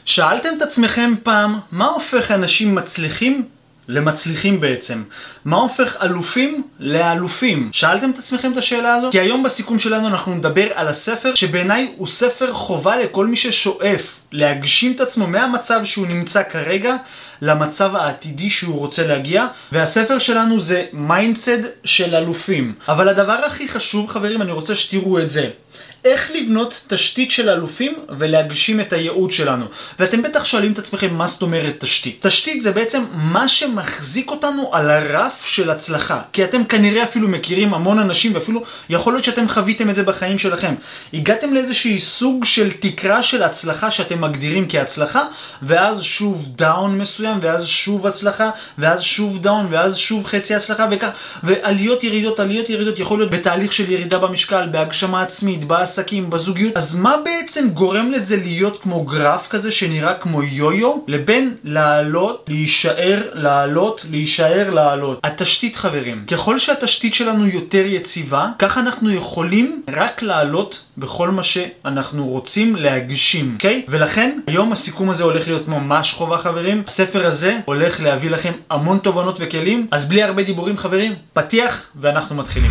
שאלתם את עצמכם פעם, מה הופך אנשים מצליחים למצליחים בעצם? מה הופך אלופים לאלופים? שאלתם את עצמכם את השאלה הזאת? כי היום בסיכום שלנו אנחנו נדבר על הספר שבעיניי הוא ספר חובה לכל מי ששואף להגשים את עצמו מהמצב שהוא נמצא כרגע למצב העתידי שהוא רוצה להגיע, והספר שלנו זה מיינדסט של אלופים. אבל הדבר הכי חשוב, חברים, אני רוצה שתראו את זה. איך לבנות תשתית של אלופים ולהגשים את הייעוד שלנו. ואתם בטח שואלים את עצמכם מה זאת אומרת תשתית. תשתית זה בעצם מה שמחזיק אותנו על הרף של הצלחה. כי אתם כנראה אפילו מכירים המון אנשים, ואפילו יכול להיות שאתם חוויתם את זה בחיים שלכם. הגעתם לאיזושהי סוג של תקרה של הצלחה שאתם מגדירים כהצלחה, ואז שוב דאון מסוים, ואז שוב הצלחה, ואז שוב דאון, ואז שוב חצי הצלחה, וכך. ועליות ירידות, עליות ירידות, יכול להיות בתהליך של ירידה במשקל, בהגשמה עצמית, בעסקים, בזוגיות. אז מה בעצם גורם לזה להיות כמו גרף כזה שנראה כמו יו-יו, לבין לעלות, להישאר, לעלות, להישאר, לעלות? התשתית, חברים. ככל שהתשתית שלנו יותר יציבה, כך אנחנו יכולים רק לעלות בכל מה שאנחנו רוצים להגשים, אוקיי? ולכן, היום הסיכום הזה הולך להיות ממש חובה, חברים. הספר הזה הולך להביא לכם המון תובנות וכלים, אז בלי הרבה דיבורים, חברים, פתיח ואנחנו מתחילים.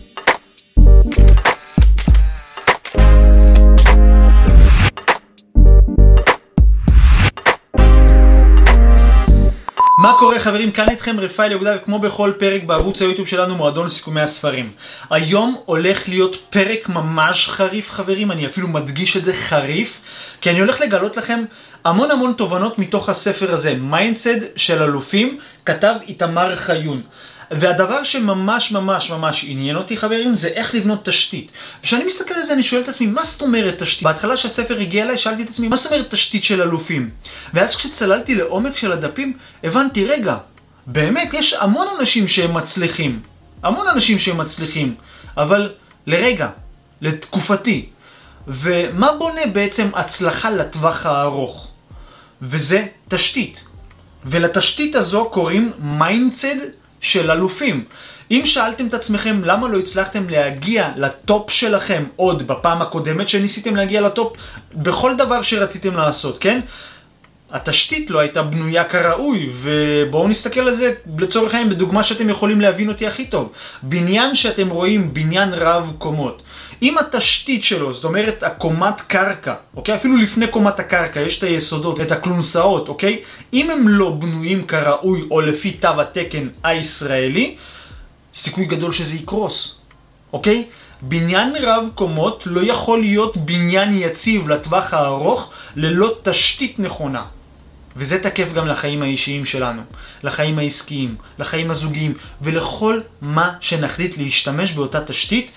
מה קורה, חברים? כאן איתכם רפאל יהודה, וכמו בכל פרק בערוץ היוטיוב שלנו מועדון סיכומי הספרים. היום הולך להיות פרק ממש חריף, חברים, אני אפילו מדגיש את זה חריף, כי אני הולך לגלות לכם המון תובנות מתוך הספר הזה, מיינדסט של אלופים, כתב איתמר חיון. והדבר שממש עניין אותי, חברים, זה איך לבנות תשתית. וכשאני מסתכל על זה אני שואל את עצמי, מה זאת אומרת תשתית? בהתחלה שהספר הגיע אליי שאלתי את עצמי, מה זאת אומרת תשתית של אלופים? ואז כשצללתי לעומק של הדפים, הבנתי, רגע, באמת יש המון אנשים שהם מצליחים. המון אנשים שהם מצליחים. אבל לרגע, לתקופתי. ומה בונה בעצם הצלחה לטווח הארוך? וזה תשתית. ולתשתית הזו קוראים מיינדסט של אלופים. אם שאלתם את עצמכם למה לא הצלחתם להגיע לטופ שלכם עוד בפעם הקודמת שניסיתם להגיע לטופ, בכל דבר שרציתם לעשות, כן? התשתית לא הייתה בנויה כראוי, ובואו נסתכל על זה לצורך העניין בדוגמה שאתם יכולים להבין אותי הכי טוב. בניין שאתם רואים, בניין רב קומות. אם התשתית שלו, זאת אומרת הקומת קרקע, אוקיי? אפילו לפני קומת הקרקע יש את היסודות, את הכלונסאות, אוקיי? אם הם לא בנויים כראוי או לפי תו התקן הישראלי, סיכוי גדול שזה יקרוס, אוקיי? בניין רב קומות לא יכול להיות בניין יציב לטווח הארוך ללא תשתית נכונה. וזה תקף גם לחיים האישיים שלנו, לחיים העסקיים, לחיים הזוגיים, ולכל מה שנחליט להשתמש באותה תשתית,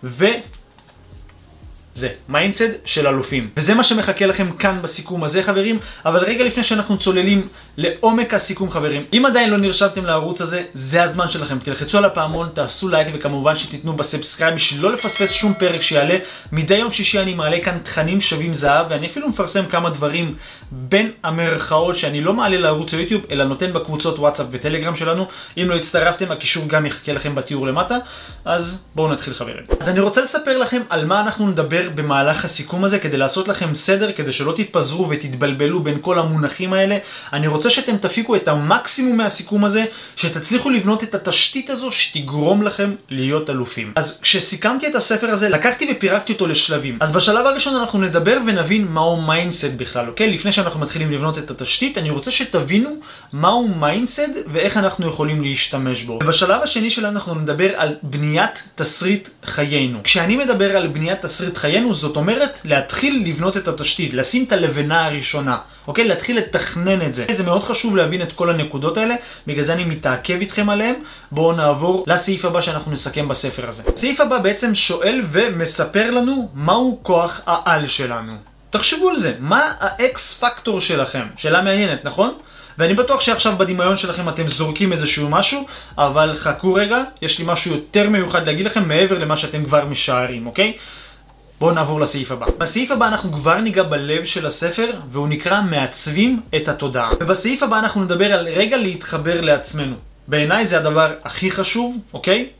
זה מיינדסט של אלופים. וזה מה שמחכה לכם כאן בסיכום הזה, חברים. אבל רגע לפני שאנחנו צוללים לעומק הסיכום, חברים, אם עדיין לא נרשמתם לערוץ הזה, זה הזמן שלכם. תלחצו על הפעמון, תעשו לייק, וכמובן שתיתנו בסאבסקרייב בשביל לא לפספס שום פרק שיעלה. מדי יום שישי אני מעלה כאן תכנים שווים זהב, ואני אפילו מפרסם כמה דברים בין המרכאות שאני לא מעלה לערוץ היוטיוב, אלא נותן בקבוצות וואטסאפ וטלגרם שלנו. אם לא הצטרפתם, הקישור גם יחכה לכם בתיאור למטה. אז בואו נתחיל, חברים. אז אני רוצה לספר לכם על מה אנחנו נדבר במהלך הסיכום הזה, כדי לעשות לכם סדר, כדי שלא תתפזרו ותתבלבלו בין כל המונחים האלה. אני רוצה שאתם תפיקו את המקסימום מהסיכום הזה, שתצליחו לבנות את התשתית הזו שתגרום לכם להיות אלופים. אז כשסיכמתי את הספר הזה, לקחתי ופירקתי אותו לשלבים. אז בשלב הראשון אנחנו נדבר ונבין מהו מיינדסט בכלל, אוקיי? לפני שאנחנו מתחילים לבנות את התשתית, אני רוצה שתבינו מהו מיינדסט ואיך אנחנו יכולים להשתמש בו. ובשלב השני שלנו אנחנו נדבר על בניית תסריט חיינו. כשאני מדבר על בניית תסריט חיינו, זאת אומרת להתחיל לבנות את התשתית, לשים את הלבנה הראשונה, אוקיי? להתחיל לתכנן את זה. זה מאוד חשוב להבין את כל הנקודות האלה, בגלל זה אני מתעכב איתכם עליהם. בואו נעבור לסעיף הבא שאנחנו נסכם בספר הזה. הסעיף הבא בעצם שואל ומספר לנו מהו כוח העל שלנו. תחשבו על זה, מה האקס פקטור שלכם? שאלה מעניינת, נכון? ואני בטוח שעכשיו בדמיון שלכם אתם זורקים איזשהו משהו, אבל חכו רגע, יש לי משהו יותר מיוחד להגיד לכם מעבר למה שאתם כבר משערים, אוקיי? בואו נעבור לסעיף הבא. בסעיף הבא אנחנו כבר ניגע בלב של הספר, והוא נקרא מעצבים את התודעה. ובסעיף הבא אנחנו נדבר על רגע להתחבר לעצמנו. בעיניי זה הדבר הכי חשוב, אוקיי?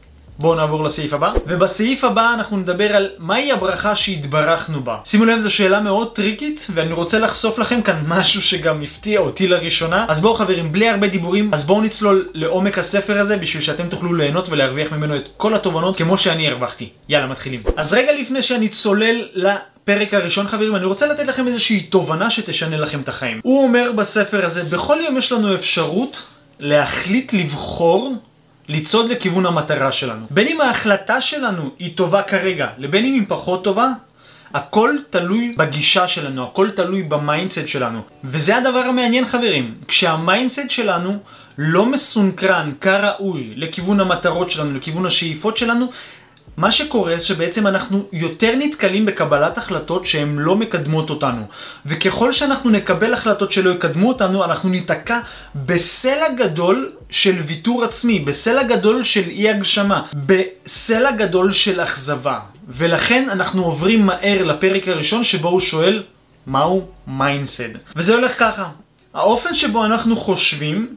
בואו נעבור לסעיף הבא. ובסעיף הבא אנחנו נדבר על מהי הברכה שהתברכנו בה. שימו לב, זו שאלה מאוד טריקית, ואני רוצה לחשוף לכם כאן משהו שגם הפתיע אותי לראשונה. אז בואו חברים, בלי הרבה דיבורים, אז בואו נצלול לעומק הספר הזה, בשביל שאתם תוכלו ליהנות ולהרוויח ממנו את כל התובנות כמו שאני הרווחתי. יאללה, מתחילים. אז רגע לפני שאני צולל לפרק הראשון חברים, אני רוצה לתת לכם איזושהי תובנה שתשנה לכם את החיים. הוא אומר בספר הזה, בכל יום יש לנו אפשרות להחליט לבחור לצעוד לכיוון המטרה שלנו. בין אם ההחלטה שלנו היא טובה כרגע, לבין אם היא פחות טובה, הכל תלוי בגישה שלנו, הכל תלוי במיינדסט שלנו. וזה הדבר המעניין חברים, כשהמיינדסט שלנו לא מסונקרן כראוי לכיוון המטרות שלנו, לכיוון השאיפות שלנו, מה שקורה זה שבעצם אנחנו יותר נתקלים בקבלת החלטות שהן לא מקדמות אותנו. וככל שאנחנו נקבל החלטות שלא יקדמו אותנו, אנחנו ניתקע בסלע גדול של ויתור עצמי, בסלע גדול של אי הגשמה, בסלע גדול של אכזבה. ולכן אנחנו עוברים מהר לפרק הראשון שבו הוא שואל מהו מיינדסט. וזה הולך ככה. האופן שבו אנחנו חושבים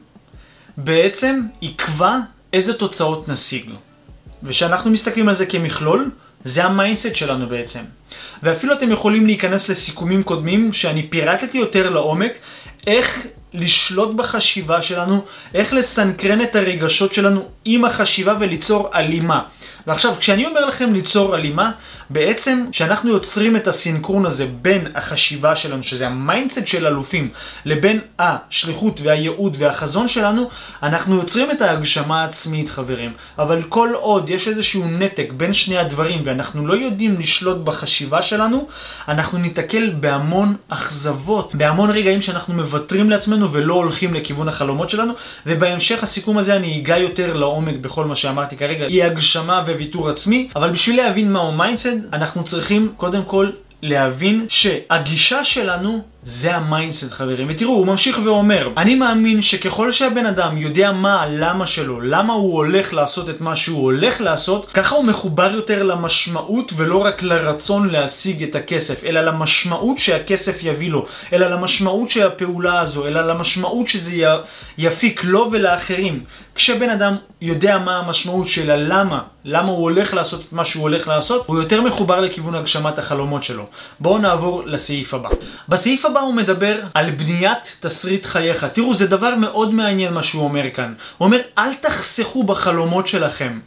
בעצם יקבע איזה תוצאות נשיג. ושאנחנו מסתכלים על זה כמכלול, זה המיינדסט שלנו בעצם. ואפילו אתם יכולים להיכנס לסיכומים קודמים שאני פירטתי יותר לעומק, איך לשלוט בחשיבה שלנו, איך לסנקרן את הרגשות שלנו עם החשיבה וליצור אלימה. ועכשיו, כשאני אומר לכם ליצור אלימה, בעצם שאנחנו יוצרים את הסינקרון הזה בין החשיבה שלנו, שזה המיינדסט של אלופים, לבין השליחות והייעוד והחזון שלנו, אנחנו יוצרים את ההגשמה העצמית חברים. אבל כל עוד יש איזשהו נתק בין שני הדברים, ואנחנו לא יודעים לשלוט בחשיבה שלנו, אנחנו ניתקל בהמון אכזבות, בהמון רגעים שאנחנו מוותרים לעצמנו ולא הולכים לכיוון החלומות שלנו, ובהמשך הסיכום הזה אני אגע יותר לעומק בכל מה שאמרתי כרגע, היא הגשמה וויתור עצמי. אבל בשביל להבין מהו מיינדסט, אנחנו צריכים קודם כל להבין שהגישה שלנו זה המיינדסט חברים. ותראו, הוא ממשיך ואומר, אני מאמין שככל שהבן אדם יודע מה הלמה שלו, למה הוא הולך לעשות את מה שהוא הולך לעשות, ככה הוא מחובר יותר למשמעות ולא רק לרצון להשיג את הכסף, אלא למשמעות שהכסף יביא לו, אלא למשמעות של הפעולה הזו, אלא למשמעות שזה יפיק לו ולאחרים. כשבן אדם יודע מה המשמעות של למה הוא הולך לעשות את מה שהוא הולך לעשות, הוא יותר מחובר לכיוון הגשמת החלומות שלו. בואו נעבור לסעיף הבא. בסעיף הבא הוא מדבר על בניית תסריט חייך. תראו, זה דבר מאוד מעניין מה שהוא אומר כאן. הוא אומר, אל תחסכו בחלומות שלכם.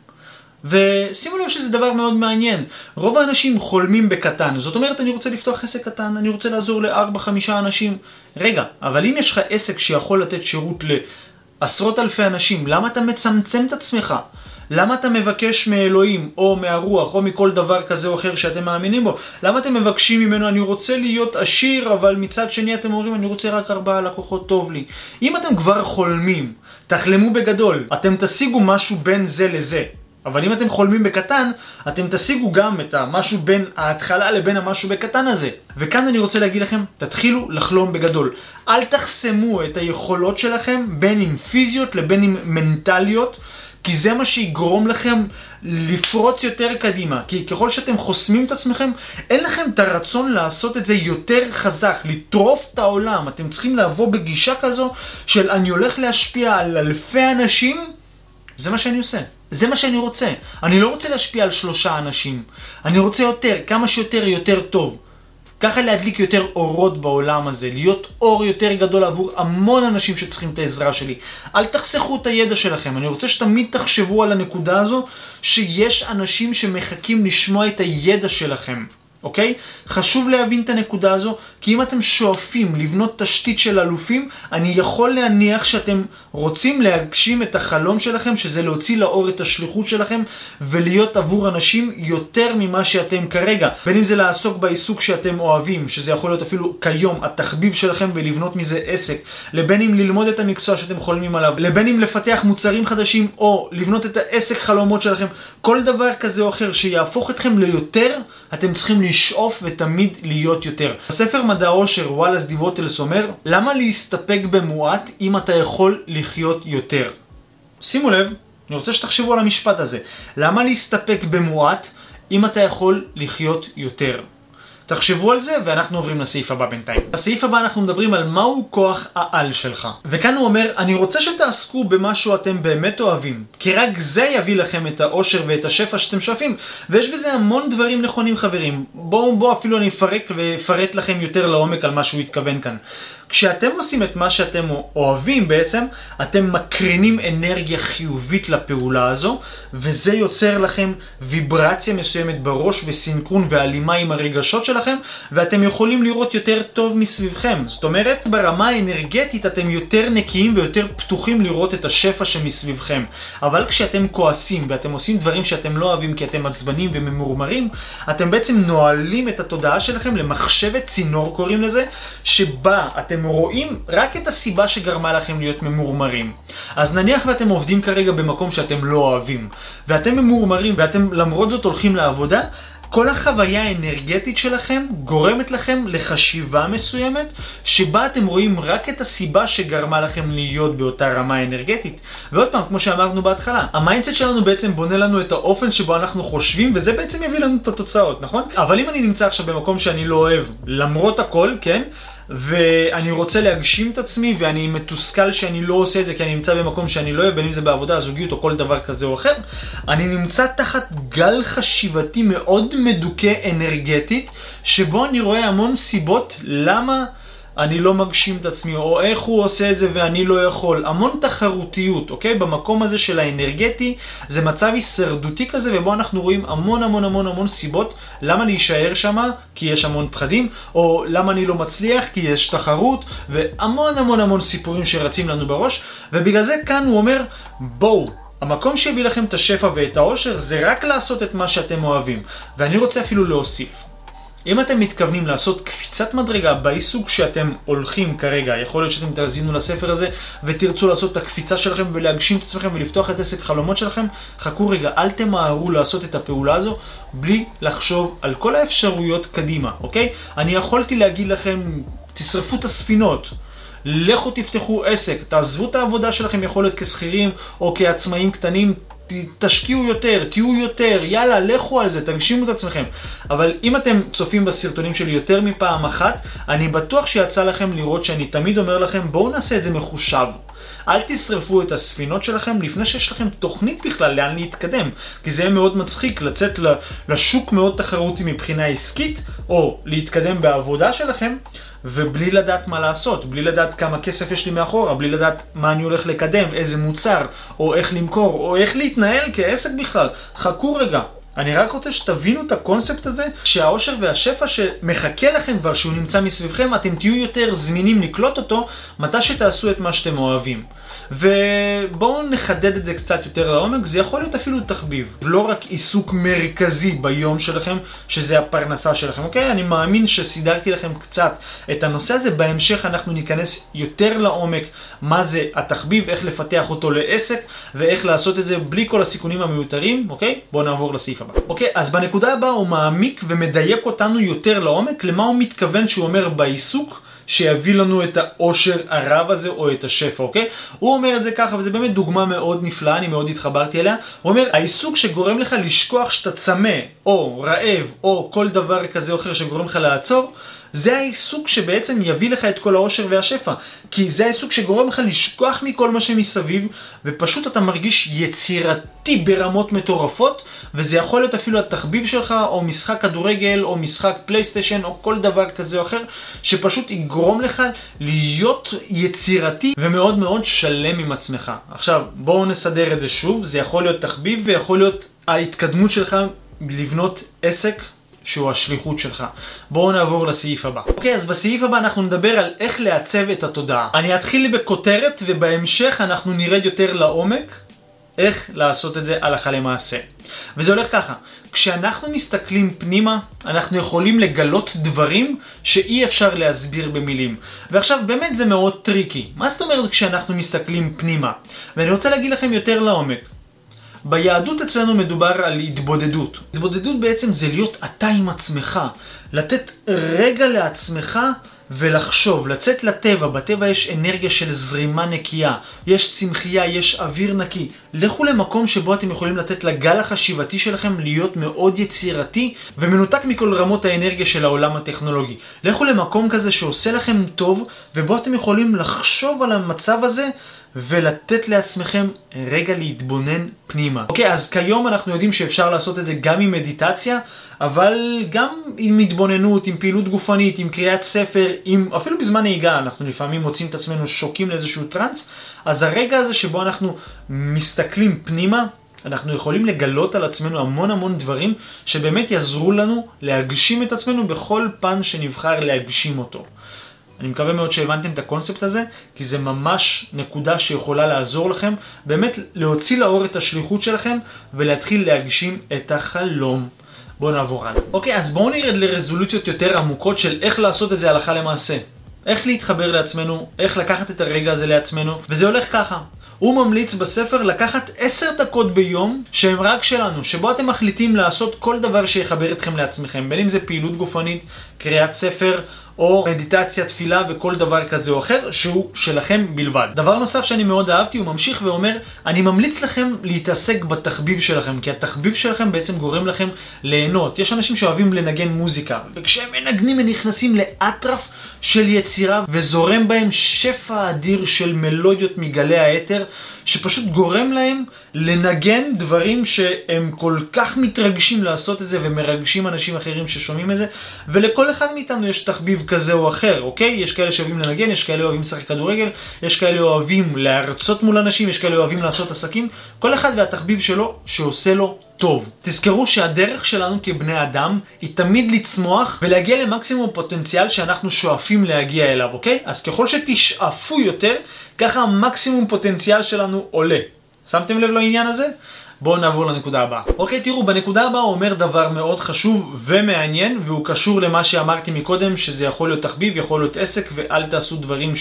ושימו לב שזה דבר מאוד מעניין. רוב האנשים חולמים בקטן. זאת אומרת, אני רוצה לפתוח עסק קטן, אני רוצה לעזור ל4-5 אנשים. רגע, אבל אם יש לך עסק שיכול לתת שירות לעשרות אלפי אנשים, למה אתה מצמצם את עצמך? למה אתה מבקש מאלוהים, או מהרוח, או מכל דבר כזה או אחר שאתם מאמינים בו? למה אתם מבקשים ממנו, אני רוצה להיות עשיר, אבל מצד שני אתם אומרים, אני רוצה רק 4 לקוחות, טוב לי. אם אתם כבר חולמים, תחלמו בגדול, אתם תשיגו משהו בין זה לזה. אבל אם אתם חולמים בקטן, אתם תשיגו גם את המשהו בין ההתחלה לבין המשהו בקטן הזה. וכאן אני רוצה להגיד לכם, תתחילו לחלום בגדול. אל תחסמו את היכולות שלכם, בין אם פיזיות לבין אם מנטליות, כי זה מה שיגרום לכם לפרוץ יותר קדימה. כי ככל שאתם חוסמים את עצמכם, אין לכם את הרצון לעשות את זה יותר חזק, לטרוף את העולם. אתם צריכים לבוא בגישה כזו של אני הולך להשפיע על אלפי אנשים, זה מה שאני עושה. זה מה שאני רוצה. אני לא רוצה להשפיע על 3 אנשים. אני רוצה יותר, כמה שיותר יותר טוב. ככה להדליק יותר אורות בעולם הזה, להיות אור יותר גדול עבור המון אנשים שצריכים את העזרה שלי. אל תחסכו את הידע שלכם, אני רוצה שתמיד תחשבו על הנקודה הזו, שיש אנשים שמחכים לשמוע את הידע שלכם. אוקיי? חשוב להבין את הנקודה הזו, כי אם אתם שואפים לבנות תשתית של אלופים, אני יכול להניח שאתם רוצים להגשים את החלום שלכם, שזה להוציא לאור את השליחות שלכם, ולהיות עבור אנשים יותר ממה שאתם כרגע. בין אם זה לעסוק בעיסוק שאתם אוהבים, שזה יכול להיות אפילו כיום התחביב שלכם ולבנות מזה עסק, לבין אם ללמוד את המקצוע שאתם חולמים עליו, לבין אם לפתח מוצרים חדשים, או לבנות את העסק חלומות שלכם, כל דבר כזה או אחר שיהפוך אתכם ליותר, אתם צריכים לשאוף ותמיד להיות יותר. בספר מדע העושר וואלאס די ווטלס אומר, למה להסתפק במועט אם אתה יכול לחיות יותר? שימו לב, אני רוצה שתחשבו על המשפט הזה. למה להסתפק במועט אם אתה יכול לחיות יותר? תחשבו על זה, ואנחנו עוברים לסעיף הבא בינתיים. בסעיף הבא אנחנו מדברים על מהו כוח העל שלך. וכאן הוא אומר, אני רוצה שתעסקו במשהו אתם באמת אוהבים, כי רק זה יביא לכם את האושר ואת השפע שאתם שואפים. ויש בזה המון דברים נכונים חברים. בואו אפילו אני אפרט לכם יותר לעומק על מה שהוא התכוון כאן. כשאתם עושים את מה שאתם אוהבים בעצם, אתם מקרינים אנרגיה חיובית לפעולה הזו, וזה יוצר לכם ויברציה מסוימת בראש וסינכרון והלימה עם הרגשות שלכם, ואתם יכולים לראות יותר טוב מסביבכם. זאת אומרת, ברמה האנרגטית אתם יותר נקיים ויותר פתוחים לראות את השפע שמסביבכם. אבל כשאתם כועסים ואתם עושים דברים שאתם לא אוהבים כי אתם עצבנים וממורמרים, אתם בעצם נועלים את התודעה שלכם למחשבת צינור קוראים לזה, שבה אתם רואים רק את הסיבה שגרמה לכם להיות ממורמרים. אז נניח ואתם עובדים כרגע במקום שאתם לא אוהבים, ואתם ממורמרים ואתם למרות זאת הולכים לעבודה, כל החוויה האנרגטית שלכם גורמת לכם לחשיבה מסוימת, שבה אתם רואים רק את הסיבה שגרמה לכם להיות באותה רמה אנרגטית. ועוד פעם, כמו שאמרנו בהתחלה, המיינדסט שלנו בעצם בונה לנו את האופן שבו אנחנו חושבים, וזה בעצם יביא לנו את התוצאות, נכון? אבל אם אני נמצא עכשיו במקום שאני לא אוהב, למרות הכל, כן? ואני רוצה להגשים את עצמי, ואני מתוסכל שאני לא עושה את זה כי אני נמצא במקום שאני לא אוהב, בין אם זה בעבודה, זוגיות או כל דבר כזה או אחר, אני נמצא תחת גל חשיבתי מאוד מדוכא אנרגטית, שבו אני רואה המון סיבות למה אני לא מגשים את עצמי, או איך הוא עושה את זה ואני לא יכול. המון תחרותיות, אוקיי? במקום הזה של האנרגטי, זה מצב הישרדותי כזה, ובו אנחנו רואים המון סיבות למה להישאר שם, כי יש המון פחדים, או למה אני לא מצליח, כי יש תחרות, והמון סיפורים שרצים לנו בראש, ובגלל זה כאן הוא אומר, בואו, המקום שיביא לכם את השפע ואת האושר, זה רק לעשות את מה שאתם אוהבים. ואני רוצה אפילו להוסיף. אם אתם מתכוונים לעשות קפיצת מדרגה בעיסוק שאתם הולכים כרגע, יכול להיות שאתם תאזינו לספר הזה ותרצו לעשות את הקפיצה שלכם ולהגשים את עצמכם ולפתוח את עסק חלומות שלכם, חכו רגע, אל תמהרו לעשות את הפעולה הזו בלי לחשוב על כל האפשרויות קדימה, אוקיי? אני יכולתי להגיד לכם, תשרפו את הספינות, לכו תפתחו עסק, תעזבו את העבודה שלכם, יכול להיות כשכירים או כעצמאים קטנים, תשקיעו יותר, תהיו יותר, יאללה, לכו על זה, תגשימו את עצמכם. אבל אם אתם צופים בסרטונים שלי יותר מפעם אחת, אני בטוח שיצא לכם לראות שאני תמיד אומר לכם, בואו נעשה את זה מחושב. אל תשרפו את הספינות שלכם לפני שיש לכם תוכנית בכלל לאן להתקדם, כי זה יהיה מאוד מצחיק לצאת לשוק מאוד תחרותי מבחינה עסקית, או להתקדם בעבודה שלכם, ובלי לדעת מה לעשות, בלי לדעת כמה כסף יש לי מאחורה, בלי לדעת מה אני הולך לקדם, איזה מוצר, או איך למכור, או איך להתנהל כעסק בכלל. חכו רגע. אני רק רוצה שתבינו את הקונספט הזה, שהאושר והשפע שמחכה לכם כבר שהוא נמצא מסביבכם, אתם תהיו יותר זמינים לקלוט אותו, מתי שתעשו את מה שאתם אוהבים. ובואו נחדד את זה קצת יותר לעומק, זה יכול להיות אפילו תחביב, ולא רק עיסוק מרכזי ביום שלכם, שזה הפרנסה שלכם, אוקיי? אני מאמין שסידרתי לכם קצת את הנושא הזה, בהמשך אנחנו ניכנס יותר לעומק, מה זה התחביב, איך לפתח אותו לעסק, ואיך לעשות את זה בלי כל הסיכונים המיותרים, אוקיי? בואו נעבור לסעיף הבא. אוקיי, אז בנקודה הבאה הוא מעמיק ומדייק אותנו יותר לעומק, למה הוא מתכוון שהוא אומר בעיסוק, שיביא לנו את האושר הרב הזה או את השפע, אוקיי? הוא אומר את זה ככה, וזה באמת דוגמה מאוד נפלאה, אני מאוד התחברתי אליה. הוא אומר, העיסוק שגורם לך לשכוח שאתה צמא, או רעב, או כל דבר כזה או אחר שגורם לך לעצור, זה העיסוק שבעצם יביא לך את כל האושר והשפע. כי זה העיסוק שגורם לך לשכוח מכל מה שמסביב, ופשוט אתה מרגיש יצירתי ברמות מטורפות, וזה יכול להיות אפילו התחביב שלך, או משחק כדורגל, או משחק פלייסטיישן, או כל דבר כזה או אחר, שפשוט יגרום לך להיות יצירתי ומאוד מאוד שלם עם עצמך. עכשיו, בואו נסדר את זה שוב, זה יכול להיות תחביב, ויכול להיות ההתקדמות שלך לבנות עסק, שהוא השליחות שלך. בואו נעבור לסעיף הבא. אוקיי, אז בסעיף הבא אנחנו נדבר על איך לעצב את התודעה. אני אתחיל בכותרת, ובהמשך אנחנו נרד יותר לעומק, איך לעשות את זה הלכה למעשה. וזה הולך ככה, כשאנחנו מסתכלים פנימה, אנחנו יכולים לגלות דברים שאי אפשר להסביר במילים. ועכשיו באמת זה מאוד טריקי. מה זאת אומרת כשאנחנו מסתכלים פנימה? ואני רוצה להגיד לכם יותר לעומק. ביהדות אצלנו מדובר על התבודדות. התבודדות בעצם זה להיות אתה עם עצמך. לתת רגע לעצמך ולחשוב, לצאת לטבע. בטבע יש אנרגיה של זרימה נקייה, יש צמחייה, יש אוויר נקי. לכו למקום שבו אתם יכולים לתת לגל החשיבתי שלכם להיות מאוד יצירתי ומנותק מכל רמות האנרגיה של העולם הטכנולוגי. לכו למקום כזה שעושה לכם טוב, ובו אתם יכולים לחשוב על המצב הזה ולתת לעצמכם רגע להתבונן פנימה. אוקיי, אז כיום אנחנו יודעים שאפשר לעשות את זה גם עם מדיטציה, אבל גם עם התבוננות, עם פעילות גופנית, עם קריאת ספר, אפילו בזמן נהיגה אנחנו לפעמים מוצאים את עצמנו שוקים לאיזשהו טרנס. אז הרגע הזה שבו אנחנו מסתכלים פנימה, אנחנו יכולים לגלות על עצמנו המון דברים שבאמת יעזרו לנו להגשים את עצמנו בכל פן שנבחר להגשים אותו. אני מקווה מאוד שהבנתם את הקונספט הזה, כי זה ממש נקודה שיכולה לעזור לכם באמת להוציא לאור את השליחות שלכם ולהתחיל להגשים את החלום. בואו נעבור הלאה. אוקיי, אז בואו נרד לרזולוציות יותר עמוקות של איך לעשות את זה הלכה למעשה. איך להתחבר לעצמנו, איך לקחת את הרגע הזה לעצמנו, וזה הולך ככה. הוא ממליץ בספר לקחת 10 דקות ביום שהן רק שלנו, שבו אתם מחליטים לעשות כל דבר שיחבר אתכם לעצמכם, בין אם זה פעילות גופנית, קריאת ספר, או מדיטציה, תפילה וכל דבר כזה או אחר שהוא שלכם בלבד. דבר נוסף שאני מאוד אהבתי, הוא ממשיך ואומר, אני ממליץ לכם להתעסק בתחביב שלכם, כי התחביב שלכם בעצם גורם לכם ליהנות. יש אנשים שאוהבים לנגן מוזיקה, וכשהם מנגנים הם נכנסים לאטרף של יצירה, וזורם בהם שפע אדיר של מלודיות מגלי האתר, שפשוט גורם להם לנגן דברים שהם כל כך מתרגשים לעשות את זה, ומרגשים אנשים אחרים ששומעים את זה, ולכל אחד מאיתנו יש תחביב כזה או אחר, אוקיי? יש כאלה שאוהבים לנגן, יש כאלה אוהבים לשחק כדורגל, יש כאלה אוהבים להרצות מול אנשים, יש כאלה אוהבים לעשות עסקים, כל אחד והתחביב שלו שעושה לו טוב. תזכרו שהדרך שלנו כבני אדם היא תמיד לצמוח ולהגיע למקסימום פוטנציאל שאנחנו שואפים להגיע אליו, אוקיי? אז ככל שתשאפו יותר, ככה המקסימום פוטנציאל שלנו עולה. שמתם לב לעניין הזה? בואו נעבור לנקודה הבאה. אוקיי, תראו, בנקודה הבאה הוא אומר דבר מאוד חשוב ומעניין, והוא קשור למה שאמרתי מקודם, שזה יכול להיות תחביב, יכול להיות עסק, ואל תעשו דברים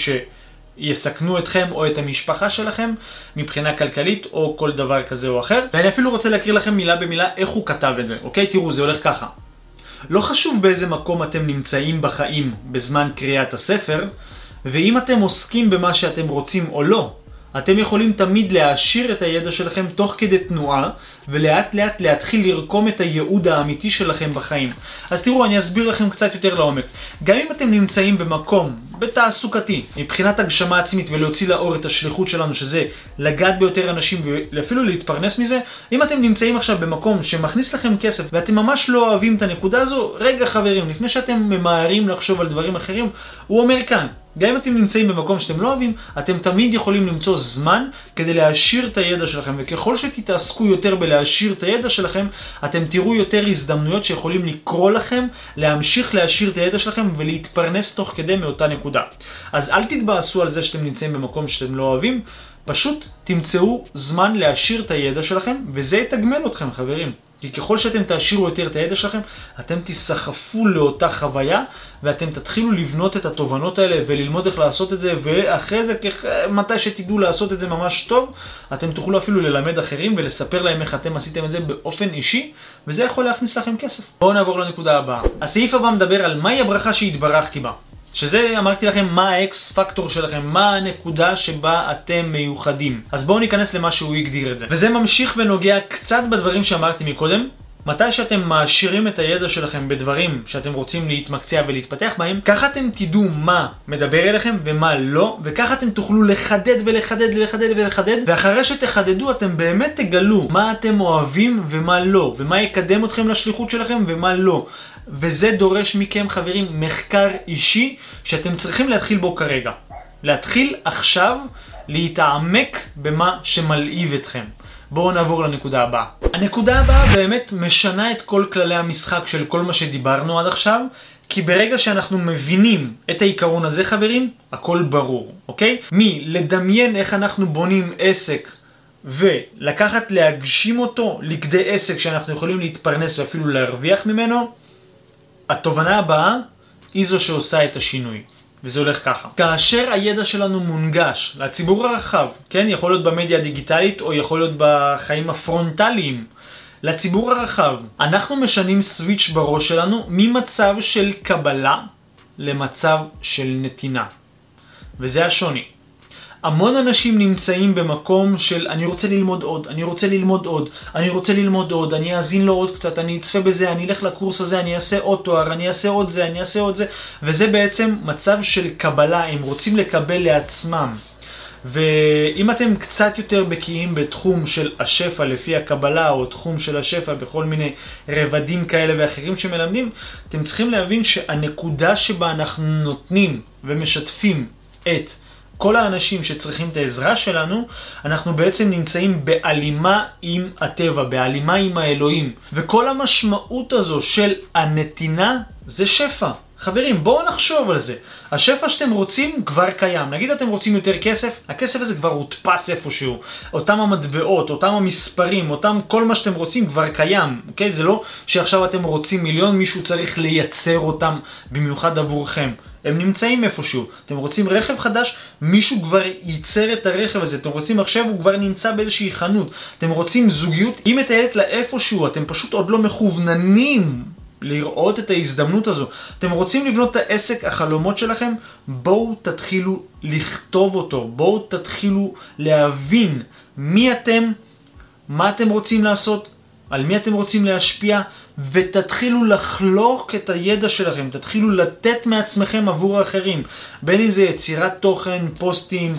שיסכנו אתכם או את המשפחה שלכם מבחינה כלכלית או כל דבר כזה או אחר. ואני אפילו רוצה להקריא לכם מילה במילה איך הוא כתב את זה. אוקיי, תראו, זה הולך ככה. לא חשוב באיזה מקום אתם נמצאים בחיים בזמן קריאת הספר, ואם אתם עוסקים במה שאתם רוצים או לא, אתם יכולים תמיד להעשיר את הידע שלכם תוך כדי תנועה, ולאט לאט להתחיל לרקום את הייעוד האמיתי שלכם בחיים. אז תראו, אני אסביר לכם קצת יותר לעומק. גם אם אתם נמצאים במקום, בתעסוקתי, מבחינת הגשמה עצמית ולהוציא לאור את השליחות שלנו, שזה לגעת ביותר אנשים ואפילו להתפרנס מזה, אם אתם נמצאים עכשיו במקום שמכניס לכם כסף ואתם ממש לא אוהבים את הנקודה הזו, רגע חברים, לפני שאתם ממהרים לחשוב על דברים אחרים, הוא אומר כאן, גם אם אתם נמצאים במקום שאתם לא אוהבים, אתם תמיד יכולים למצוא זמן כדי להעשיר את הידע שלכם, וככל שתתעסקו יותר בלהעשיר את הידע שלכם, אתם תראו יותר הזדמנויות שיכולים לקרוא לכם, להמשיך להעשיר את הידע שלכם ולהתפרנס תוך כדי מאותה נקודה. אז אל תתבאסו על זה שאתם נמצאים במקום שאתם לא אוהבים, פשוט תמצאו זמן להעשיר את הידע שלכם, וזה יתגמל אתכם חברים. כי ככל שאתם תעשירו יותר את הידע שלכם, אתם תסחפו לאותה חוויה, ואתם תתחילו לבנות את התובנות האלה וללמוד איך לעשות את זה, ואחרי זה, מתי שתדעו לעשות את זה ממש טוב, אתם תוכלו אפילו ללמד אחרים ולספר להם איך אתם עשיתם את זה באופן אישי, וזה יכול להכניס לכם כסף. בואו נעבור לנקודה הבאה. הסעיף הבא מדבר על מהי הברכה שהתברכתי בה. שזה אמרתי לכם מה האקס פקטור שלכם, מה הנקודה שבה אתם מיוחדים. אז בואו ניכנס למה שהוא הגדיר את זה. וזה ממשיך ונוגע קצת בדברים שאמרתי מקודם. מתי שאתם מעשירים את הידע שלכם בדברים שאתם רוצים להתמקצע ולהתפתח בהם, ככה אתם תדעו מה מדבר אליכם ומה לא, וככה אתם תוכלו לחדד ולחדד ולחדד ולחדד, ואחרי שתחדדו אתם באמת תגלו מה אתם אוהבים ומה לא, ומה יקדם אתכם לשליחות שלכם ומה לא. וזה דורש מכם חברים מחקר אישי שאתם צריכים להתחיל בו כרגע. להתחיל עכשיו להתעמק במה שמלהיב אתכם. בואו נעבור לנקודה הבאה. הנקודה הבאה באמת משנה את כל כללי המשחק של כל מה שדיברנו עד עכשיו, כי ברגע שאנחנו מבינים את העיקרון הזה חברים, הכל ברור, אוקיי? לדמיין איך אנחנו בונים עסק ולקחת להגשים אותו לכדי עסק שאנחנו יכולים להתפרנס ואפילו להרוויח ממנו, התובנה הבאה היא זו שעושה את השינוי. וזה הולך ככה. כאשר הידע שלנו מונגש לציבור הרחב, כן? יכול להיות במדיה הדיגיטלית או יכול להיות בחיים הפרונטליים, לציבור הרחב, אנחנו משנים סוויץ' בראש שלנו ממצב של קבלה למצב של נתינה. וזה השוני. המון אנשים נמצאים במקום של אני רוצה ללמוד עוד, אני רוצה ללמוד עוד, אני רוצה ללמוד עוד, אני אאזין לו עוד קצת, אני אצפה בזה, אני אלך לקורס הזה, אני אעשה עוד תואר, אני אעשה עוד זה, אני אעשה עוד זה, וזה בעצם מצב של קבלה, הם רוצים לקבל לעצמם. ואם אתם קצת יותר בקיאים בתחום של השפע לפי הקבלה, או תחום של השפע בכל מיני רבדים כאלה ואחרים שמלמדים, אתם צריכים להבין שהנקודה שבה אנחנו נותנים ומשתפים את כל האנשים שצריכים את העזרה שלנו, אנחנו בעצם נמצאים בהלימה עם הטבע, בהלימה עם האלוהים. וכל המשמעות הזו של הנתינה זה שפע. חברים, בואו נחשוב על זה. השפע שאתם רוצים כבר קיים. נגיד אתם רוצים יותר כסף, הכסף הזה כבר הודפס איפשהו. אותם המטבעות, אותם המספרים, אותם כל מה שאתם רוצים כבר קיים. אוקיי? זה לא שעכשיו אתם רוצים מיליון, מישהו צריך לייצר אותם במיוחד עבורכם. הם נמצאים איפשהו. אתם רוצים רכב חדש, מישהו כבר ייצר את הרכב הזה. אתם רוצים מחשב, הוא כבר נמצא באיזושהי חנות. אתם רוצים זוגיות, היא מטיילת לאיפשהו, אתם פשוט עוד לא מכווננים לראות את ההזדמנות הזו. אתם רוצים לבנות את העסק החלומות שלכם, בואו תתחילו לכתוב אותו, בואו תתחילו להבין מי אתם, מה אתם רוצים לעשות, על מי אתם רוצים להשפיע, ותתחילו לחלוק את הידע שלכם, תתחילו לתת מעצמכם עבור האחרים, בין אם זה יצירת תוכן, פוסטים,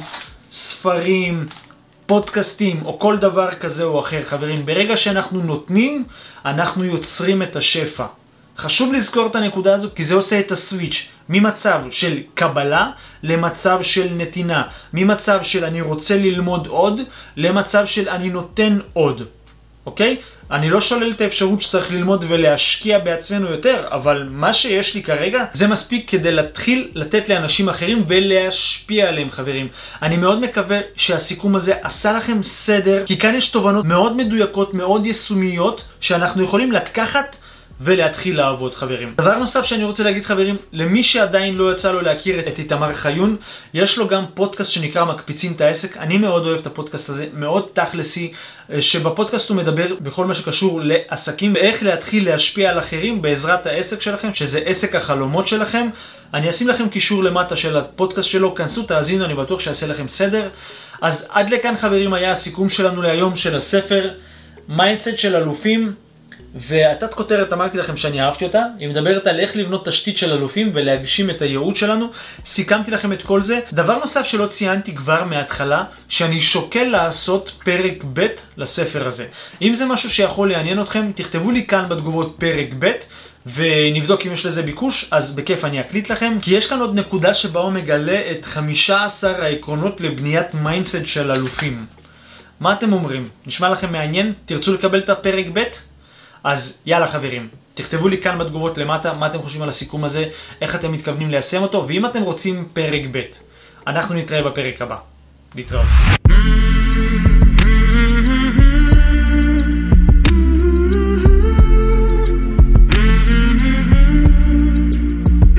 ספרים, פודקאסטים או כל דבר כזה או אחר. חברים, ברגע שאנחנו נותנים, אנחנו יוצרים את השפע. חשוב לזכור את הנקודה הזו, כי זה עושה את הסוויץ' ממצב של קבלה למצב של נתינה, ממצב של אני רוצה ללמוד עוד למצב של אני נותן עוד. אוקיי? אני לא שולל את האפשרות שצריך ללמוד ולהשקיע בעצמנו יותר, אבל מה שיש לי כרגע זה מספיק כדי להתחיל לתת לאנשים אחרים ולהשפיע עליהם. חברים, אני מאוד מקווה שהסיכום הזה עשה לכם סדר, כי כאן יש תובנות מאוד מדויקות, מאוד יישומיות, שאנחנו יכולים לקחת ולהתחיל לעבוד. חברים, דבר נוסף שאני רוצה להגיד, חברים, למי שעדיין לא יצא לו להכיר את איתמר חיון, יש לו גם פודקאסט שנקרא מקפיצים את העסק. אני מאוד אוהב את הפודקאסט הזה, מאוד תכלסי, שבפודקאסט הוא מדבר בכל מה שקשור לעסקים, ואיך להתחיל להשפיע על אחרים בעזרת העסק שלכם, שזה עסק החלומות שלכם. אני אשים לכם קישור למטה של הפודקאסט שלו, כנסו, תאזינו, אני בטוח שיעשה לכם סדר. אז עד לכאן, חברים, היה הסיכום שלנו להיום של הספר מיינדסט של אלופים. והתת כותרת, אמרתי לכם שאני אהבתי אותה, היא מדברת על איך לבנות תשתית של אלופים ולהגשים את הייעוד שלנו. סיכמתי לכם את כל זה. דבר נוסף שלא ציינתי כבר מההתחלה, שאני שוקל לעשות פרק ב' לספר הזה. אם זה משהו שיכול לעניין אתכם, תכתבו לי כאן בתגובות פרק ב' ונבדוק אם יש לזה ביקוש, אז בכיף אני אקליט לכם. כי יש כאן עוד נקודה שבה הוא מגלה את 15 העקרונות לבניית מיינדסט של אלופים. מה אתם אומרים? נשמע לכם מעניין? תרצו לקבל את הפרק ב'? אז יאללה חברים, תכתבו לי כאן בתגובות למטה מה אתם חושבים על הסיכום הזה, איך אתם מתכוונים ליישם אותו, ואם אתם רוצים פרק ב', אנחנו נתראה בפרק הבא. להתראות.